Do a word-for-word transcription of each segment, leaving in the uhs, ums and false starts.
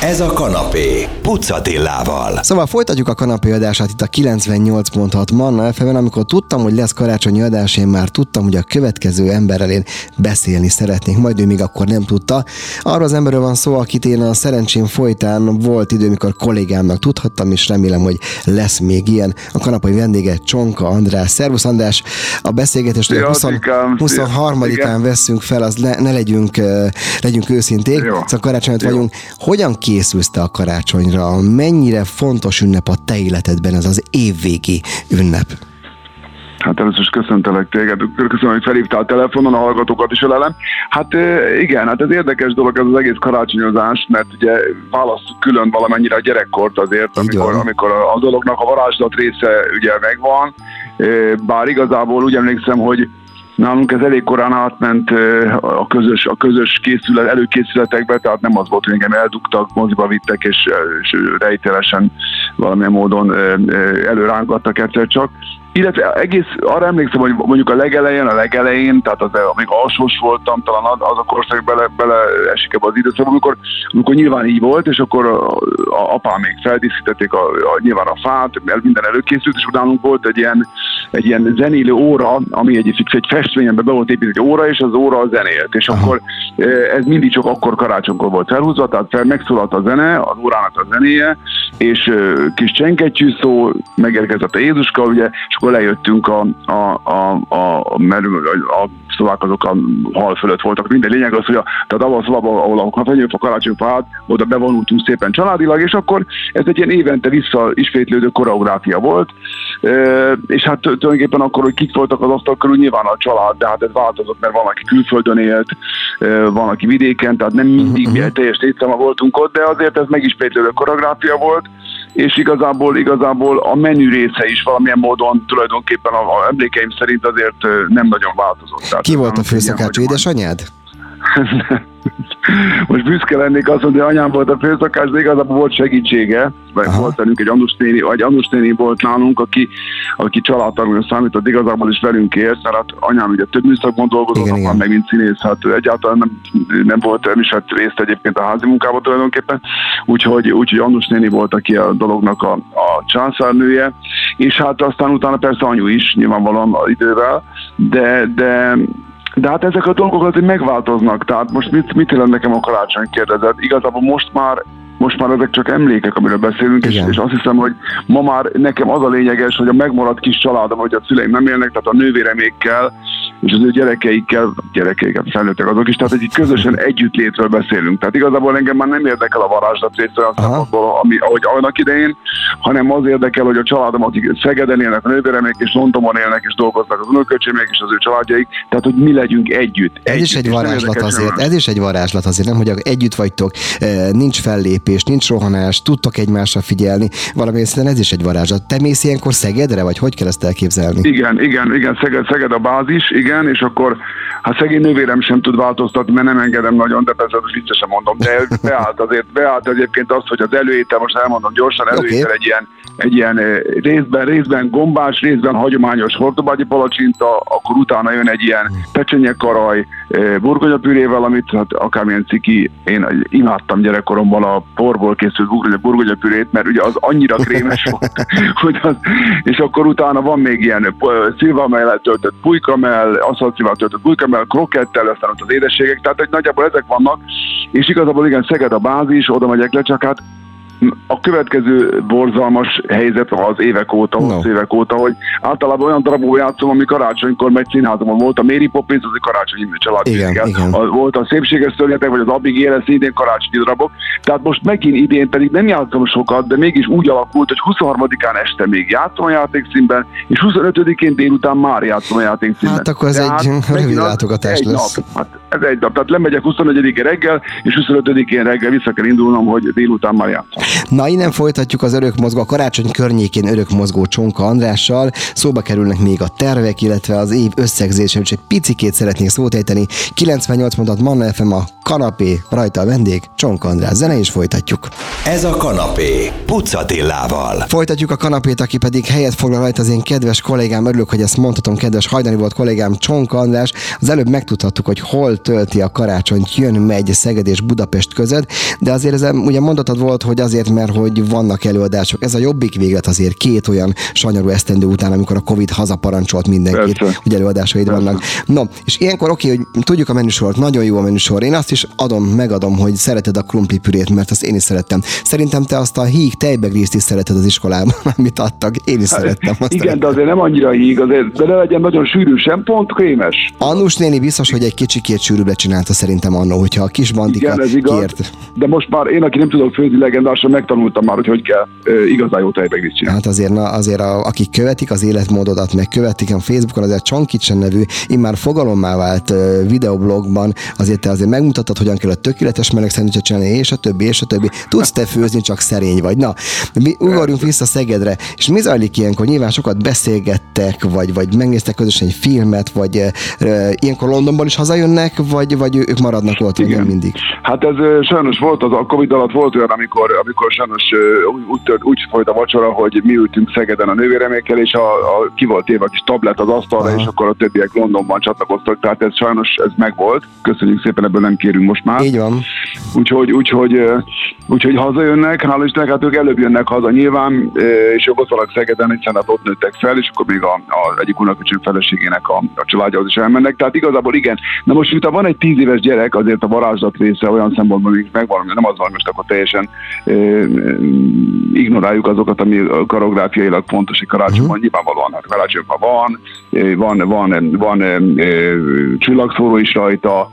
Ez a kanapé Puc Attilával. Szóval folytatjuk a kanapé adását itt a kilencvennyolc pont hat Manna ef emen. Amikor tudtam, hogy lesz karácsonyi adás, én már tudtam, hogy a következő emberrel én beszélni szeretnék, majd ő még akkor nem tudta. Arról az emberről van szó, akit én a szerencsém folytán volt idő, mikor kollégámnak tudhattam, és remélem, hogy lesz még ilyen. A kanapé vendége Csonka András. Szervusz András, a beszélgetést a huszonharmadikán veszünk fel, az ne, ne legyünk, legyünk őszinték, Jó. szóval karácsonyat Jó. vagyunk. Hogyan készülsz te a karácsonyra? Mennyire fontos ünnep a te életedben ez az évvégi ünnep? Hát először is köszöntelek téged, köszönöm, hogy felhívtál telefonon, a hallgatókat is ölelem. Hát igen, hát ez érdekes dolog ez az egész karácsonyozás, mert ugye választjuk külön valamennyire a gyerekkort azért, amikor, amikor a dolognak a varázslat része ugye megvan, bár igazából úgy emlékszem, hogy nálunk ez elég korán átment a közös, a közös készület, előkészületekbe, tehát nem az volt, hogy engem eldugtak, moziba vittek, és, és rejtelesen valamilyen módon előrángattak egyszer csak. Illetve egész arra emlékszem, hogy mondjuk a legelején, a legelején, tehát az, amíg alsós voltam, talán az a korszak bele, bele esik ebbe az időszakban, amikor, amikor nyilván így volt, és akkor a, a apám még feldíszítették a, a, nyilván a fát, mert minden előkészült, és utánunk volt egy ilyen, egy ilyen zenélő óra, ami egy, egy festményemben be volt építve egy óra, és az óra zenélt, és Aha. akkor ez mindig csak akkor karácsonykor volt felhúzva, tehát fel, megszólalt a zene, az órának a zenéje, és kis csengettyű szó, megérkezett a Jézuska, ugye, és akkor lejöttünk a, a, a, a, a, a szlovák azok a hal fölött voltak. Minden lényeg az, hogy a, tehát abban a szobában, ahol a fenyőfa, karácsonyfa állt, oda bevonultunk szépen családilag, és akkor ez egy ilyen évente visszaismétlődő koreográfia volt, e, és hát tulajdonképpen akkor, hogy kik voltak az asztal körül, nyilván a család, de hát ez változott, mert van, aki külföldön élt, e, van, aki vidéken, tehát nem mindig uh-huh. teljes létszámmal voltunk ott, de azért ez megismétlődő koreográfia volt, és igazából, igazából a menü része is valamilyen módon tulajdonképpen a, a emlékeim szerint azért nem nagyon változott. Tehát ki volt a főszakács, édesanyád? Most büszke lennék azt mondani, hogy anyám volt a főszakács, de igazából volt segítsége, vagy Aha. volt velünk egy Andus néni, vagy Andus néni volt nálunk, aki, aki családtagnak számított, igazából is velünk ért, mert hát anyám ugye több műszakban dolgozott, igen, igen. meg mint színész, hát egyáltalán nem, nem volt, nem is vett részt egyébként a házi munkában tulajdonképpen, úgyhogy, úgyhogy Andus néni volt, aki a dolognak a, a császárnője, és hát aztán utána persze anyu is, nyilvánvalóan az idővel, de, de De hát ezek a dolgok azért megváltoznak, tehát most mit, mit jelent nekem a karácsony, kérdezed? Igazából most már, most már ezek csak emlékek, amiről beszélünk, és, és azt hiszem, hogy ma már nekem az a lényeges, hogy a megmaradt kis családom, hogy a szüleim nem élnek, tehát a nővéremékkel, és az ő gyerekeikkel, gyerekeikkel, felnőttek azok is, tehát egy közösen együttlétről beszélünk. Tehát igazából engem már nem érdekel a varázslat része, ami, ahogy annak idején, hanem az érdekel, hogy a családom, akik Szegeden élnek, a nővéremék, és Londonban élnek, és dolgoznak az unoköcsémek, és az ő családjaik, tehát hogy mi legyünk együtt. Ez együtt. is egy varázslat azért, ez is egy varázslat azért, nem, hogy együtt vagytok, nincs fellépés, nincs rohanás, tudtok egymásra figyelni, valamilyen szinten ez is egy varázslat. Te mész ilyenkor Szegedre, vagy hogy kell ezt elképzelni? Igen, igen, igen, Szeged, Szeged a bázis, igen, és akkor hát szegény nővérem sem tud változtatni, mert nem engedem nagyon, de persze most viccesen mondom, de beállt azért, beállt egyébként azt, hogy az előétel, most elmondom gyorsan, előétel okay. egy ilyen, egy ilyen részben, részben gombás, részben hagyományos hortobágyi palacsinta, akkor utána jön egy ilyen pecsenyekaraj, burgonyapürével, amit hát akármilyen ciki, én imádtam gyerekkoromban a porból készült burgonyapürét, mert ugye az annyira krémes volt, hogy az, és akkor utána van még ilyen szilvamellel töltött pulykamell, aszaltszilvával töltött pulykamell, krokettel, aztán ott az édességek, tehát hogy nagyjából ezek vannak, és igazából igen, Szeged a bázis, oda megyek le, csak hát a következő borzalmas helyzet az évek óta, no. hosszú évek óta, hogy általában olyan darabból játszom, ami karácsonykor megy színházban. Volt a Mary Poppins, az egy karácsonyi család. Volt a Szépséges szörnyetek, vagy az Abigail, szintén karácsonyi darabok. Tehát most megint idén pedig nem játszom sokat, de mégis úgy alakult, hogy huszonharmadikán este még játszom a játékszínben, és huszonötödikén délután már játszom a játékszínben. Hát akkor ez egy rövid látogatás lesz. Nap. Hát ez egy nap. Tehát lemegyek huszonegyedikén reggel, és huszonötödikén reggel vissza kell indulnom, hogy délután már játszom. Na, innen folytatjuk az örökmozgó, a karácsony környékén örökmozgó Csonka Andrással. Szóba kerülnek még a tervek, illetve az év összegzése, és egy picikét szeretnék szót ejteni. kilencvennyolc pont hat Manna ef em, a kanapé, rajta a vendég, Csonk András. Zene és folytatjuk. Ez a kanapé, Puc Attilával. Folytatjuk a kanapét, aki pedig helyet foglal rajta az én kedves kollégám, örülök, hogy ezt mondhatom, kedves hajdani volt kollégám, Csonk András. Az előbb megtudhattuk, hogy hol tölti a karácsonyt, jön, megy Szeged és Budapest között, de azért ez ugye mondatod volt, hogy azért, mert hogy vannak előadások. Ez a jobbik véglet azért két olyan sanyarú esztendő után, amikor a Covid hazaparancsolt mindenkit, Persze. hogy előadásaid Persze. vannak. No, és ilyenkor oké, okay, hogy tudjuk a menüsort, nagyon jó a menüsor. Én azt is adom, megadom, hogy szereted a krumplipürét, mert azt én is szerettem. Szerintem te azt a híg tejbegrészt is szereted az iskolában, amit adtak. Én is szerettem. Azt Igen, szerettem. de azért nem annyira híg, azért, de ne legyen nagyon sűrű sem, pont krémes. Annus néni biztos, hogy egy kicsikét sűrűbbre csinálta szerintem annó, hogyha a kis bandika Igen, ez igaz, kért. de most már én, aki nem tudok főzni legendásan, megtanultam már, hogy hogy kell e, igazán jó tejbegrészt csinálni. Hát azért, na, azért a, akik követik az életmódodat, meg követik a Facebookon, azért a Csonk Kitchen nevű, immár fogalommá vált uh, videoblogban, azért te azért megmutattad, hogyan kell a tökéletes meleg szendvicset csinálni, és a többi, és a többi. Tudsz te főzni, csak szerény vagy. Na, mi ugorjunk vissza Szegedre, és mi zajlik ilyenkor? Nyilván sokat beszélgettek, vagy, vagy megnéztek közösen egy filmet, vagy uh, ilyenkor Londonban is hazajönnek, vagy, vagy ők maradnak ott, vagy nem mindig? Hát ez uh, sajnos volt, az a Covid alatt volt olyan, amikor, amikor sajnos uh, úgy, úgy, tört, úgy folyt a vacsora, hogy mi ültünk Szegeden a nővéremékkel, és a, a, ki volt téve a kis tablet az asztalra, aha, és akkor a többiek Londonban csatlakoztak, tehát ez sajnos ez megvolt. Köszönjük szépen, ebből nem kérünk most már. Így van. Úgyhogy, úgyhogy, úgyhogy hazajönnek, hála Istennek, hát ők előbb jönnek haza nyilván, és ők ott vannak Szegeden, hiszen hát ott nőttek fel, és akkor még a, a egyik unokacső feleségének a, a családjához is elmennek. Tehát igazából igen. Na most, miután van egy tíz éves gyerek, azért a varázslat része olyan szempontból még megvan, nem az van, most akkor teljesen e, e, ignoráljuk azokat, ami koreográfiailag fontos, hogy karácsonyban uh-huh. nyilvánvalóan, hát karácsonyban van, van, van, van e, e, csillagszóró is rajta,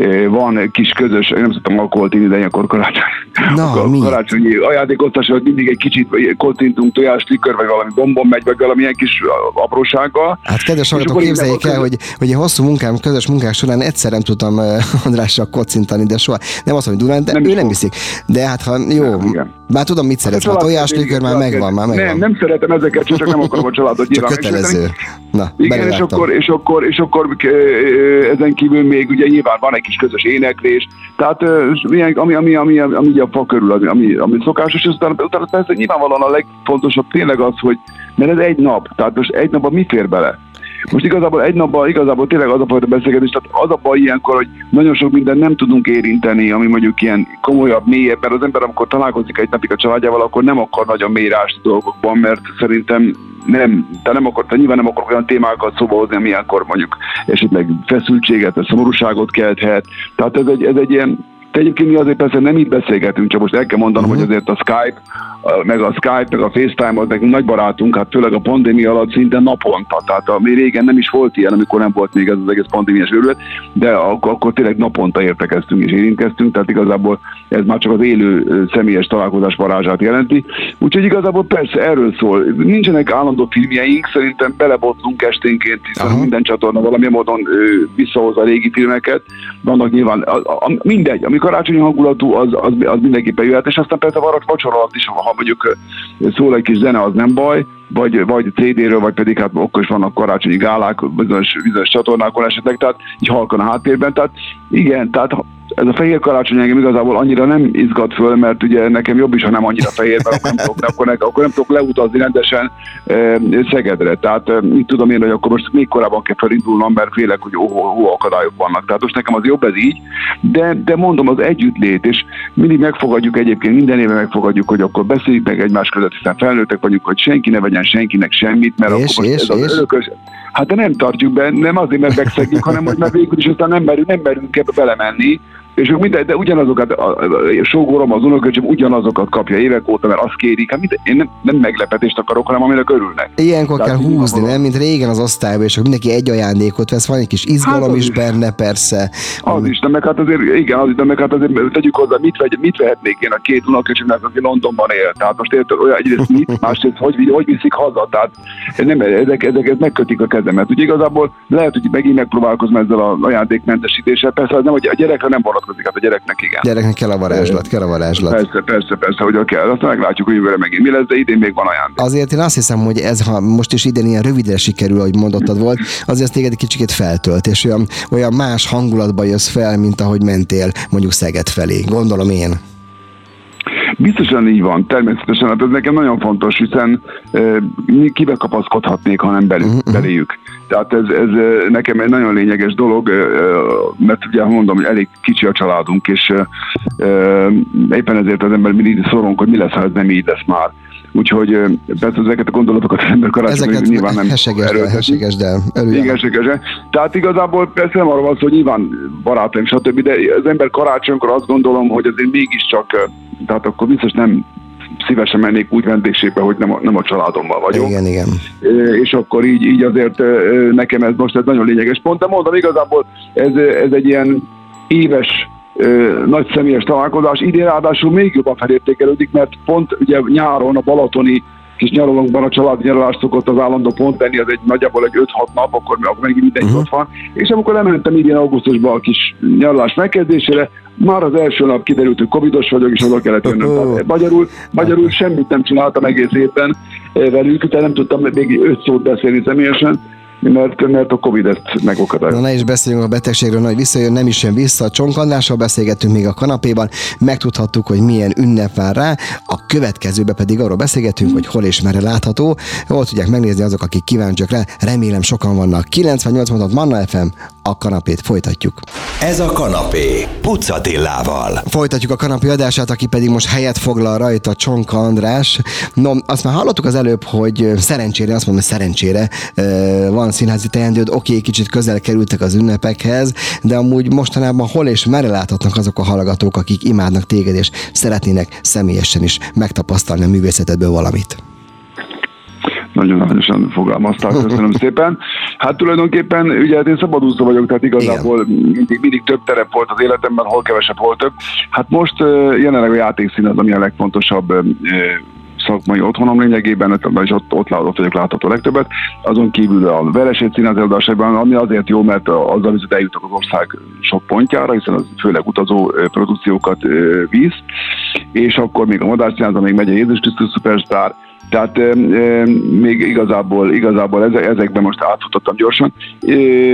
van kis közös, én nem szoktam alkoholt inni, de ilyenkor karácsony, Na, karácsonyi ajándékoztatás, hogy mindig egy kicsit kocsintunk, tojás, likör, vagy valami bombon megy, vagy valamilyen kis aprósággal. Hát kedves hallgatók, képzeljék el, hogy, hogy a hosszú munkám, közös munkák során egyszer nem tudtam uh, Andrással kocintani, de soha. Nem azt mondom, hogy Durán, de nem ő nem viszik. De hát ha jó, nem, már tudom, mit szeretsz, hát a tojás, likör már megvan, már megvan. Nem, nem szeretem ezeket, csak nem akarom a családot nyilván. Csak kötelező. Na, igen, és akkor, és, akkor, és akkor ezen kívül még ugye nyilván van egy kis közös éneklés, tehát ami, ami, ami, ami, ami a fa körül, ami, ami szokásos, és utána, utána persze nyilvánvalóan a legfontosabb tényleg az, hogy mert ez egy nap, tehát most egy napban mi fér bele? Most igazából egy napban igazából tényleg az a fajta beszélgetés, tehát az a baj ilyenkor, hogy nagyon sok mindent nem tudunk érinteni, ami mondjuk ilyen komolyabb, mélyebb, mert az ember amikor találkozik egy napig a családjával, akkor nem akar nagyon mélyre ásni dolgokban, mert szerintem nem, te nem akar, te nyilván nem akar olyan témákat szóba hozni, ami ilyenkor mondjuk esetleg feszültséget, vagy szomorúságot kelthet. Tehát ez egy, ez egy ilyen, te egyébként mi azért persze nem így beszélgetünk, csak most el kell mondanom, uh-huh. hogy azért a Skype, meg a Skype, meg a FaceTime, az nekünk nagy barátunk, hát főleg a pandémia alatt szinte naponta. Tehát a, még régen nem is volt ilyen, amikor nem volt még ez az egész pandémiás őrület, de akkor, akkor tényleg naponta értekeztünk és érintkeztünk, tehát igazából ez már csak az élő személyes találkozás varázsát jelenti. Úgyhogy igazából persze erről szól. Nincsenek állandó filmjeink, szerintem belebotlunk esténként, hiszen aha. minden csatorna valamilyen módon visszahozza a régi filmeket. Vannak nyilván, a, a, mindegy, ami karácsonyi hangulatú, az, az, az mindenképpen jöhet, és aztán persze vacsora alatt is, ha mondjuk szól egy kis zene, az nem baj, vagy, vagy cé dé-ről, vagy pedig hát akkor is vannak karácsonyi gálák, bizonyos, bizonyos csatornákon esetleg, tehát így halkan a háttérben, tehát igen, tehát ez a fehér karácsony engem igazából annyira nem izgat föl, mert ugye nekem jobb is, ha nem annyira fehér, mert akkor nem tudok, akkor nem, akkor nem tudok leutazni rendesen e, Szegedre. Tehát e, mit tudom én, hogy akkor most még korábban kell felindulnom, mert félek, hogy ó, ó, ó, akadályok vannak. Tehát most nekem az jobb ez így, de, de mondom, az együttlét, és mindig megfogadjuk egyébként, minden éve megfogadjuk, hogy akkor beszéljük meg egymás között, hiszen felnőttek vagyunk, hogy senki ne vegyen senkinek semmit, mert és, akkor most és, ez és? az örökös. Hát de nem tartjuk be, nem azért, mert megszegjük, hanem hogy mert végül is aztán nem merünk, nem merünk ebbe belemenni, és ők minden, de ugyanazokat, a, a sógorom, az unoköcsöm ugyanazokat kapja évek óta, mert azt kérik, hát minden, én nem, nem meglepetést akarok, hanem aminek örülnek. Ilyenkor kell húzni, nem? Mint régen az osztályban, és mindenki egy ajándékot vesz, van egy kis izgalom hát is, is benne, persze. Az is, de meg hát azért, igen, az is, de meg hát azért tegyük hozzá, mit, vegy, mit vehetnék én a két unoköcsömnek, aki Londonban él. Tehát most érted, olyan egyrészt mit, másrészt hogy, hogy viszik haza, tehát nem, ezek, ezek megkötik a kezemet. Úgyhogy igazából lehet, hogy megint megpróbálkozom ezzel az ajándékmentesítéssel, persze az nem, hogy a gyerekre nem vonatkozik. vonatkozik, hát a gyereknek igen. Gyereknek kell a varázslat, kell a varázslat. Persze, persze, persze, hogy kell. Aztán meglátjuk, hogy jövőre megint mi lesz, de idén még van ajándék. Azért én azt hiszem, hogy ez, ha most is idén ilyen rövidre sikerül, ahogy mondottad volt, azért téged egy kicsit feltölt, és olyan, olyan más hangulatba jössz fel, mint ahogy mentél mondjuk Szeged felé. Gondolom én. Biztosan így van, természetesen. Hát ez nekem nagyon fontos, hiszen e, kibe kapaszkodhatnék, hanem belül, uh-huh. beléjük. Tehát ez, ez nekem egy nagyon lényeges dolog, mert ugye mondom, hogy elég kicsi a családunk, és e, éppen ezért az ember mindig szorunk, hogy mi lesz, ha ez nem így lesz már. Úgyhogy persze ezeket a gondolatokat az ember karácsonyra nyilván nem hesegesd el. Igen, Tehát igazából persze nem arról van szó, hogy nyilván barátaim, stb., de az ember karácsonykor azt gondolom, hogy azért mégiscsak, tehát akkor biztos nem szívesen mennék úgy vendégségbe, hogy nem a, nem a családommal vagyok. Igen, igen. És akkor így, így azért nekem ez most egy nagyon lényeges pont, de mondom, igazából ez, ez egy ilyen éves Ö, nagy személyes találkozás. Idén ráadásul még jobban felértékelődik, mert pont ugye nyáron a balatoni kis nyaralónkban a családi nyaralás szokott az állandó pont venni, az egy nagyjából egy öt-hat nap, akkor, akkor megint mindenki uh-huh. ott van. És amikor lementem idén augusztusban a kis nyaralás megkezdésére, már az első nap kiderült, hogy covidos vagyok, és oda kellett jönnöm. Uh-huh. Magyarul, magyarul semmit nem csináltam egész évben velük, tehát nem tudtam még öt szót beszélni személyesen, Mert, mert a Covid ezt megakadályozza. Na ne is beszéljünk a betegségről, hogy visszajön, nem is jön vissza. Csonk Andrással beszélgettünk még a kanapéban, megtudhattuk, hogy milyen ünnep vár rá, a következőben pedig arról beszélgettünk, hogy hol és merre látható. Jól tudják megnézni azok, akik kíváncsiak rá, remélem sokan vannak. kilencvennyolc pontot Manna ef em, a kanapét folytatjuk. Ez a kanapé, Puc Attilával. Folytatjuk a kanapé adását, aki pedig most helyet foglal rajta, Csonka András. No, azt már hallottuk az előbb, hogy szerencsére, azt mondom, hogy szerencsére van színházi teendőd, oké, kicsit közel kerültek az ünnepekhez, de amúgy mostanában hol és merre láthatnak azok a hallgatók, akik imádnak téged, és szeretnének személyesen is megtapasztalni a művészetedből valamit? Nagyon arányosan fogalmazták, köszönöm szépen. Hát tulajdonképpen, ugye én szabadúszó vagyok, tehát igazából mindig, mindig több terep volt az életemben, hol kevesebb, hol több. Hát most jelenleg a játékszín az, ami a legfontosabb szakmai otthonom lényegében, és ott, ott, ott vagyok látható legtöbbet. Azon kívül a Veresét Színház előadásaiban, ami azért jó, mert azzal viszont eljutok az ország sok pontjára, hiszen az főleg utazó produkciókat visz, és akkor még a Madár Színházban még megy a Jézus Krisztus Szupersztár, tehát e, e, még igazából, igazából ezek, ezekben most átfutottam gyorsan. E,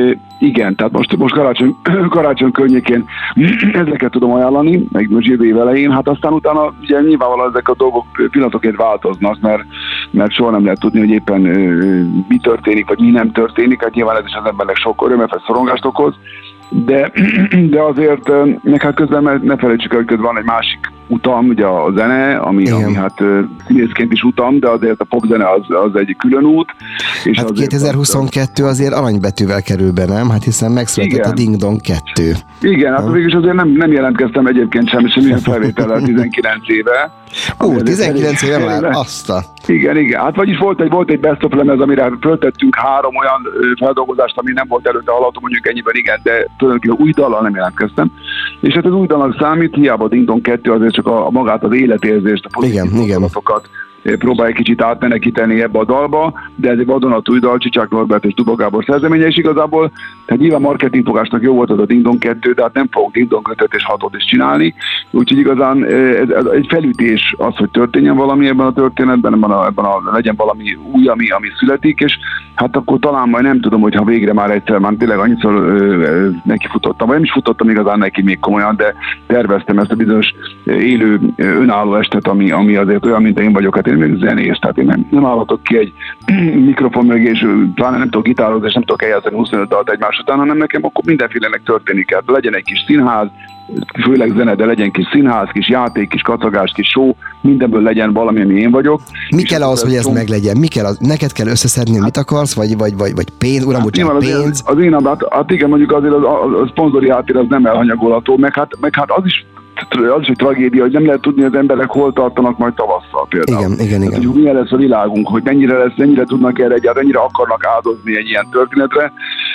igen, tehát most, most karácsony, karácsony környékén ezeket tudom ajánlani, meg most jövő év elején, hát aztán utána ugye nyilvánvalóan ezek a dolgok pillanatokért változnak, mert, mert soha nem lehet tudni, hogy éppen e, mi történik, vagy mi nem történik, hát nyilván ez is az embernek sok örömet, vagy szorongást okoz, de, de azért meg hát közben ne felejtsük el, hogy közben van egy másik utam, ugye a zene, ami, ami hát színészként is utam, de azért a popzene az, az egy külön út. És hát kétezer-huszonkettő azért aranybetűvel kerül be, nem? Hát hiszen megszületett igen. a Ding Dong kettő. Igen, hát végülis azért nem, nem jelentkeztem egyébként sem, semmilyen felvétellel tizenkilenc éve. Ú, tizenkilenc éve már, azt a... Igen, igen. Hát vagyis volt egy, volt egy best of lemez, amire föltettünk három olyan feldolgozást, ami nem volt előtte hallható, mondjuk ennyiben igen, de tulajdonképpen új dallal nem jelentkeztem. És hát az új dalnak számít, hiába a Ding Dong kettő, azért csak a, a magát az életérzést, a pozitív gondolatokat próbál egy kicsit átmenekíteni ebbe a dalba, de ez egy vadonatúj dal, Csicsák Norbert és Duba Gábor szerzeménye, és igazából tehát nyilván marketingfogásnak jó volt az a Ding Dong kettő, de hát nem fogok Ding Dong ötöt és hatot is csinálni, úgyhogy igazán ez, ez egy felütés az, hogy történjen valami ebben a történetben, ebben a, ebben a, legyen valami új, ami, ami születik, és hát akkor talán majd nem tudom, hogyha végre már egyszer, már tényleg annyiszor neki futottam, vagy nem is futottam igazán neki még komolyan, de terveztem ezt a bizonyos élő önálló estet, ami, ami azért olyan, mint én vagyok, hát én még zenész, tehát én nem, nem állhatok ki egy mikrofon mögé, és pláne nem tudok gitározni, és nem tudok eljátszani huszonöt dalt egymás után, hanem nekem akkor mindenfélenek történik kell. Legyen egy kis színház, főleg zene, de legyen kis színház, kis játék, kis kacagás, kis show, mindenből legyen valami, ami én vagyok. Mi kell ahhoz, hogy ez meglegyen? Mi kell az? Neked kell összeszedni, mit akarsz, vagy, vagy, vagy, vagy pénz, uram, bocsánat, pénz? Az, az én, hát, hát igen, mondjuk azért az, a, a szponzori háttér az nem elhanyagolható, meg hát, meg hát az is az is egy tragédia, hogy nem lehet tudni, hogy az emberek hol tartanak majd tavasszal például. Igen, igen, igen. Hát, hogy milyen lesz a világunk, hogy mennyire lesz, mennyire tudnak erre egyáltalán, mennyire akarnak áldozni egy ilyen történetre.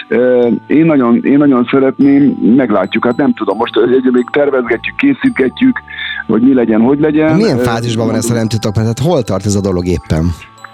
Én nagyon, én nagyon szeretném, meglátjuk, hát nem tudom, most egyébként még tervezgetjük, készítgetjük, hogy mi legyen, hogy legyen. Milyen fázisban van ezt, ha nem tudok, mert hát hol tart ez a dolog éppen?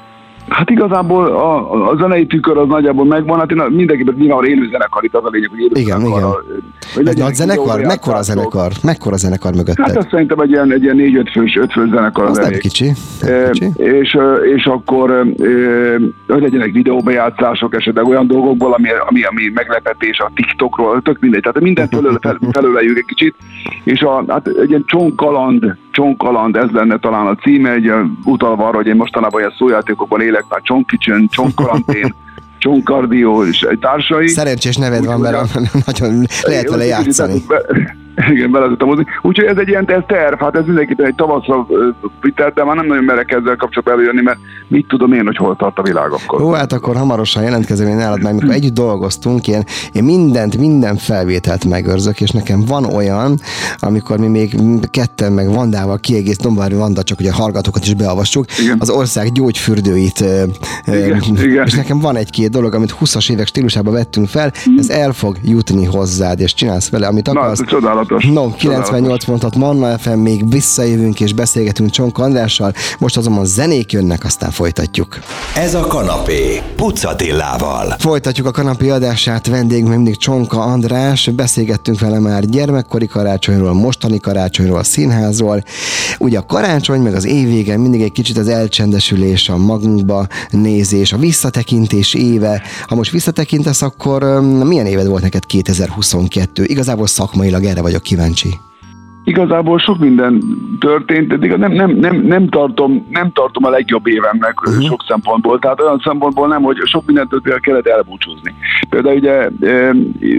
Hát igazából a, a zenei tükör az nagyjából megvan, hát én mindenképpen nyilván élő zenekar, itt az a lényeg, hogy élő igen, zenekar. Igen, egy nagy zenekar? Mekkora zenekar? Mekkora zenekar mögötted? Hát azt szerintem egy ilyen, egy ilyen négy-öt fős, öt fős zenekar az, az nem kicsi. Nem kicsi. E, és, és akkor, hogy legyenek videóbejátszások esetleg olyan dolgokból, ami, ami, ami meglepetés a TikTokról, tök mindegy, tehát mindent felől, fel, felöleljük egy kicsit, és a, hát egy ilyen csonkaland, csonkaland, ez lenne talán a címe, egy utalva arra, hogy én mostanában ilyen szójátékokban élek, már csonkicsen, csonkarantén, csonkardió és egy társai. Szerencsés neved van, mert nagyon lehet vele játszani. Igen, bele tudtam hozni. Úgyhogy ez egy ilyen ez terv, hát ez mindenképpen egy tavaszra vitelt, de már nem nagyon merek ezzel kapcsolatban előjönni, mert mit tudom én, hogy hol tart a világ akkor. Jó, hát akkor hamarosan jelentkezem én nálad, mert mikor együtt dolgoztunk, én, én mindent, minden felvételt megőrzök, és nekem van olyan, amikor mi még ketten meg Vandával kiegész, Dombári Vanda, csak hogy a hallgatókat is beavassuk, igen. Az ország gyógyfürdőit, igen, ö, igen. És nekem van egy-két dolog, amit húszas évek stílusában vettünk fel, ez el fog jutni hozzád, és csinálsz vele, amit akarsz. Na, No, kilencvennyolc pontot Manna ef em, még visszajövünk és beszélgetünk Csonka Andrással, most azonban zenék jönnek, aztán folytatjuk. Ez a kanapé, Puc Attilával. Folytatjuk a kanapé adását, vendégünk mindig Csonka András, beszélgettünk vele már gyermekkori karácsonyról, mostani karácsonyról, színházról. Ugye a karácsony, meg az év vége mindig egy kicsit az elcsendesülés, a magunkba nézés, a visszatekintés éve. Ha most visszatekintesz, akkor milyen éved volt neked kétezer-huszonkettő? Igazából szakmailag erre vagyok kíváncsi. Igazából sok minden történt, de nem, nem, nem, nem, tartom, nem tartom a legjobb évemnek uh-huh. sok szempontból. Tehát olyan szempontból nem, hogy sok mindentől kellett elbúcsúzni. Például ugye e,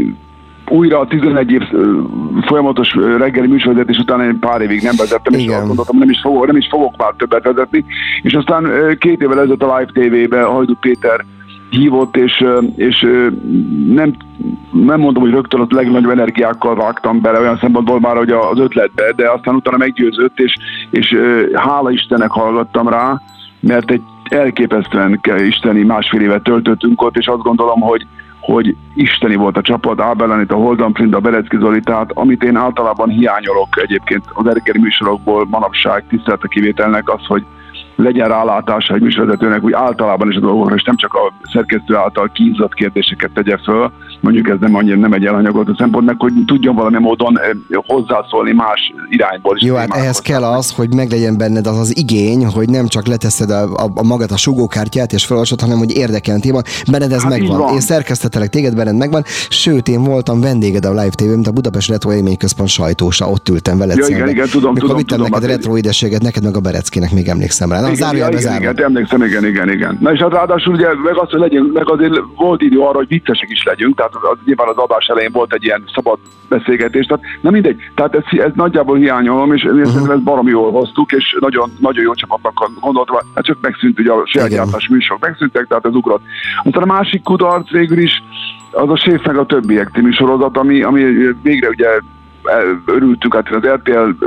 újra a tizenegy év folyamatos reggeli műsorvezetés után egy pár évig nem vezettem, igen. És azt gondoltam, nem is, fogok, nem is fogok már többet vezetni. És aztán két évvel ezelőtt a Live té vébe Hajdú Péter hívott, és, és nem, nem mondom, hogy rögtön a legnagyobb energiákkal vágtam bele olyan szempontból már, hogy az ötletbe, de aztán utána meggyőzött, és, és hála Istennek hallgattam rá, mert egy elképesztően isteni másfél évet töltöttünk ott, és azt gondolom, hogy hogy isteni volt a csapat, Ábel Anita, Holdan Frinda, Berecki Zoli, tehát amit én általában hiányolok egyébként az reggeli műsorokból manapság, tisztelet kivételnek az, hogy legyen rálátása egy műsorvezetőnek úgy általában is a dolgokra, és nem csak a szerkesztő által kínzott kérdéseket tegye föl, mondjuk ez nem annyira nem egy elhanyagolt a szempont, meg hogy tudjon valami módon hozzászólni más irányból is. Jó, hát ehhez kell az, hogy meglegyen benned az az igény, hogy nem csak leteszed a, a, a magad a sugókártyát és felolvasod, hanem hogy érdekel téma, benned ez hát megvan. Én szerkesztetelek téged, benned megvan, sőt én voltam vendéged a Live té vén, mint a Budapest Retro Élményközpont sajtósa, ott ültem veled ja, szemben. Igen, igen, tudom, Mikor tudom, vittem tudom, neked hát retro idességet, neked meg a Bereckinek még emlékszem rá. Na, igen, ja, igen, igen, emlékszem, igen, igen, igen. Na és hát ráadásul ugye meg az, hogy legyen, meg azért volt idő arra, hogy viccesek is legyünk, tehát az, az, nyilván az adás elején volt egy ilyen szabad beszélgetés, tehát na mindegy, tehát ez, ez nagyjából hiányolom, és uh-huh. ezt, ezt baromi jól hoztuk, és nagyon, nagyon jó csapatnak gondoltam, hát csak megszűnt, ugye a sajátjátszás műsorok megszűntek, tehát ez ugrott. Aztán a másik kudarc végül is az a Séf meg a többiek című sorozat, ami, ami végre ugye örültünk, hát az er té el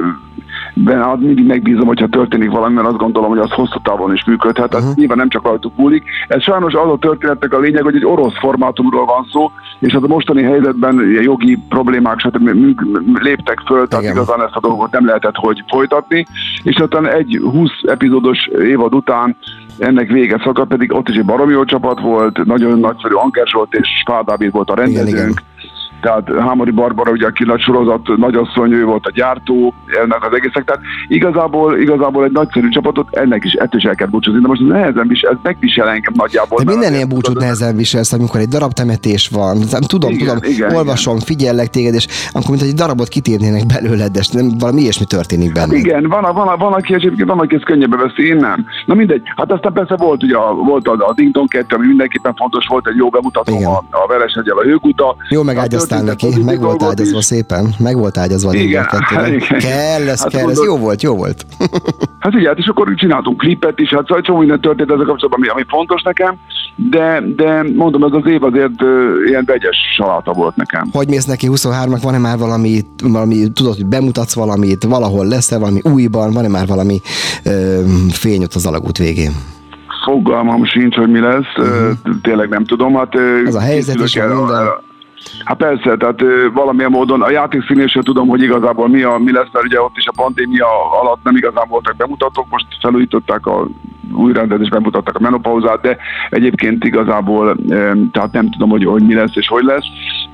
ben mindig megbízom, hogyha történik valami, mert azt gondolom, hogy az hosszú távon is működhet. Uh-huh. Nyilván nem csak rajtuk múlik. Ez sajnos az a történetnek a lényeg, hogy egy orosz formátumról van szó, és az a mostani helyzetben jogi problémák stb. Léptek föl, tehát igen. Igazán ezt a dolgot nem lehetett hogy folytatni. És aztán egy húsz epizódos évad után ennek vége szakadt, pedig ott is egy baromi jó csapat volt, nagyon nagyszerű Anker Zsolt és Spál Dávid volt a rendezőnk. Igen, igen. Tehát Hámori Barbara, ugye aki nagy sorozat, nagyasszony, ő volt a gyártó ennek az egészek, tehát igazából, igazából egy nagyszerű csapatot, ennek is ettől is el kell búcsúzni, de most nehezen visel, ez megvisel engem nagyjából. De mindennél búcsút nehezen viselsz, amikor egy darab temetés van, tudom, igen, tudom, igen, olvasom, igen. Figyellek téged, és akkor mint egy darabot kitépnének belőled, de nem, valami ilyesmi történik benne. Hát igen, van, van, van, aki egyébként, van, aki ezt könnyebben veszi, én nem. Na mindegy, hát aztán persze volt ugye a, volt a, a Ding Dong kettő, ami mindenképpen fontos volt, egy jó bemutató a, a Vereshegyel, a Hőguta. Jó megágyaztál neki, meg volt ágyazva szépen, meg volt ágyazva. Igen, igen. Kell, ez hát kell, mondod, ez jó volt, jó volt. Hát ugye, és akkor csináltunk klipet is, hát szóval csomó minden történt ezzel kapcsolatban, ami, ami fontos nekem, de, de mondom, ez az év azért uh, ilyen vegyes saláta volt nekem. Hogy mész neki huszonháromnak, van-e már valami, valami, tudod, hogy bemutatsz valamit, valahol lesz-e valami újban, van-e már valami uh, fény ott az alagút végén? Fogalmam sincs, hogy mi lesz, uh-huh. tényleg nem tudom. Hát, az a helyzet is el, minden... Hát persze, tehát valamilyen módon a játékszínésről tudom, hogy igazából mi, a, mi lesz, mert ugye ott is a pandémia alatt nem igazán voltak bemutatók, most felújították a új rendezésben mutattak a menopauzát, de egyébként igazából tehát nem tudom, hogy, hogy mi lesz és hogy lesz.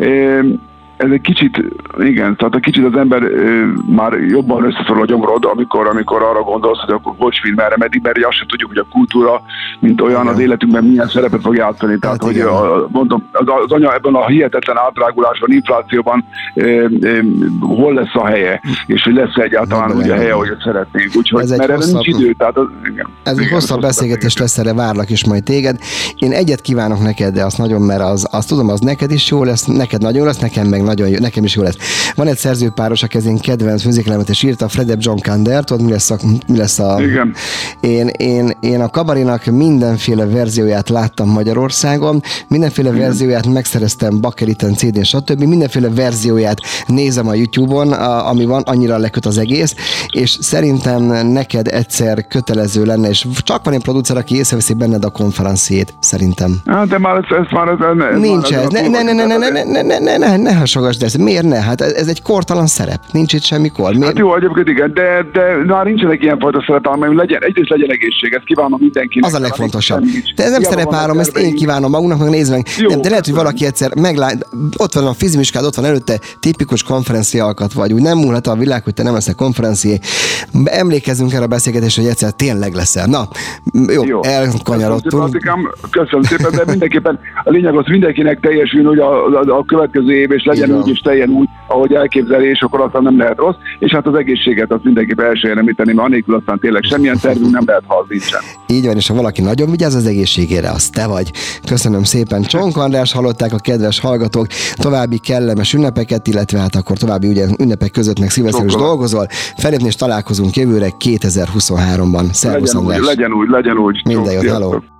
Ez egy kicsit, igen, tehát egy kicsit az ember ö, már jobban összeszorul a gyomrod, amikor, amikor arra gondolsz, hogy akkor bocs, mind merre, meddig, mert azt sem tudjuk, hogy a kultúra, mint olyan igen. az életünkben milyen szerepet fog játszani. Tehát, hát hogy a, mondom, az, az anya ebben a hihetetlen átdrágulásban, inflációban ö, ö, hol lesz a helye, és hogy lesz egyáltalán úgy a helye, hogy szeretnénk. Úgyhogy, mert erre nincs idő. Tehát az, igen, ez igen, egy hosszabb beszélgetés lesz, erre várlak is majd téged. Én egyet kívánok neked, de azt nagyon, mert az, azt tudom, az neked is jó lesz, neked nagyon lesz, nekem meg nagyon jó, nekem is jó lesz. Van egy szerzőpáros, aki az én kedvenc műzikelemet is írta, Fredep John Kander, tudod, mi lesz a... Mi lesz a Igen. Én, én, én a kabarénak mindenféle verzióját láttam Magyarországon, mindenféle Igen. verzióját megszereztem Bakeliten, cé dén, stb. Mindenféle verzióját nézem a YouTube-on, a, ami van, annyira leköt az egész, és szerintem neked egyszer kötelező lenne, és csak van egy producer, aki észreveszi benned a konferenciét, szerintem. Hát, de már ez, ez már... Ez, ez Nincs ez, ne, ne, ne, ne, ne, ne, ne, ne, ne, ne, ne hasogasd ezt. Miért ne? Hát ez egy kortalan szerep. Nincs itt semmikor. Miért? Hát jó, egyébként igen, de, de már nincsenek ilyenfajta szerepálom, legyen, egyrészt legyen egészség, ezt kívánom mindenkinek. Az a legfontosabb. De ez nem szerepálom, ezt én kívánom magunknak, meg nézd meg. Jó, nem, de lehet, hogy valaki egyszer meglát, ott van a fizimiskád, ott van előtte, tipikus konferencia alkat vagy, úgy nem múlhat a világ, hogy te nem leszel konferencié. Emlékezzünk erre a beszélgetésre, hogy egyszer tényleg leszel. Na, jó, jó. elkanyarodtunk. Köszönöm szépen, de mindenképpen a lényeg az mindenkinek teljesül, hogy a, a, a következő év, és legyen úgy, és teljen úgy, ahogy elképzelés, és akkor aztán nem lehet rossz, és hát az egészséget azt mindenképpen el sem említeni, mert anélkül aztán tényleg semmilyen tervünk nem lehet, ha az nincsen. Így van, és ha valaki nagyon vigyáz az egészségére, az te vagy. Köszönöm szépen. Csonk András hallották a kedves hallgatók, további kellemes ünnepeket, illetve hát akkor további ugye ünnepek között meg szilveszter is dolgozol. Felépni és találkozunk jövőre kétezer-huszonháromban. Szervusz, legyen András. úgy, legyen úgy, legyen úgy. Minden jót, hello.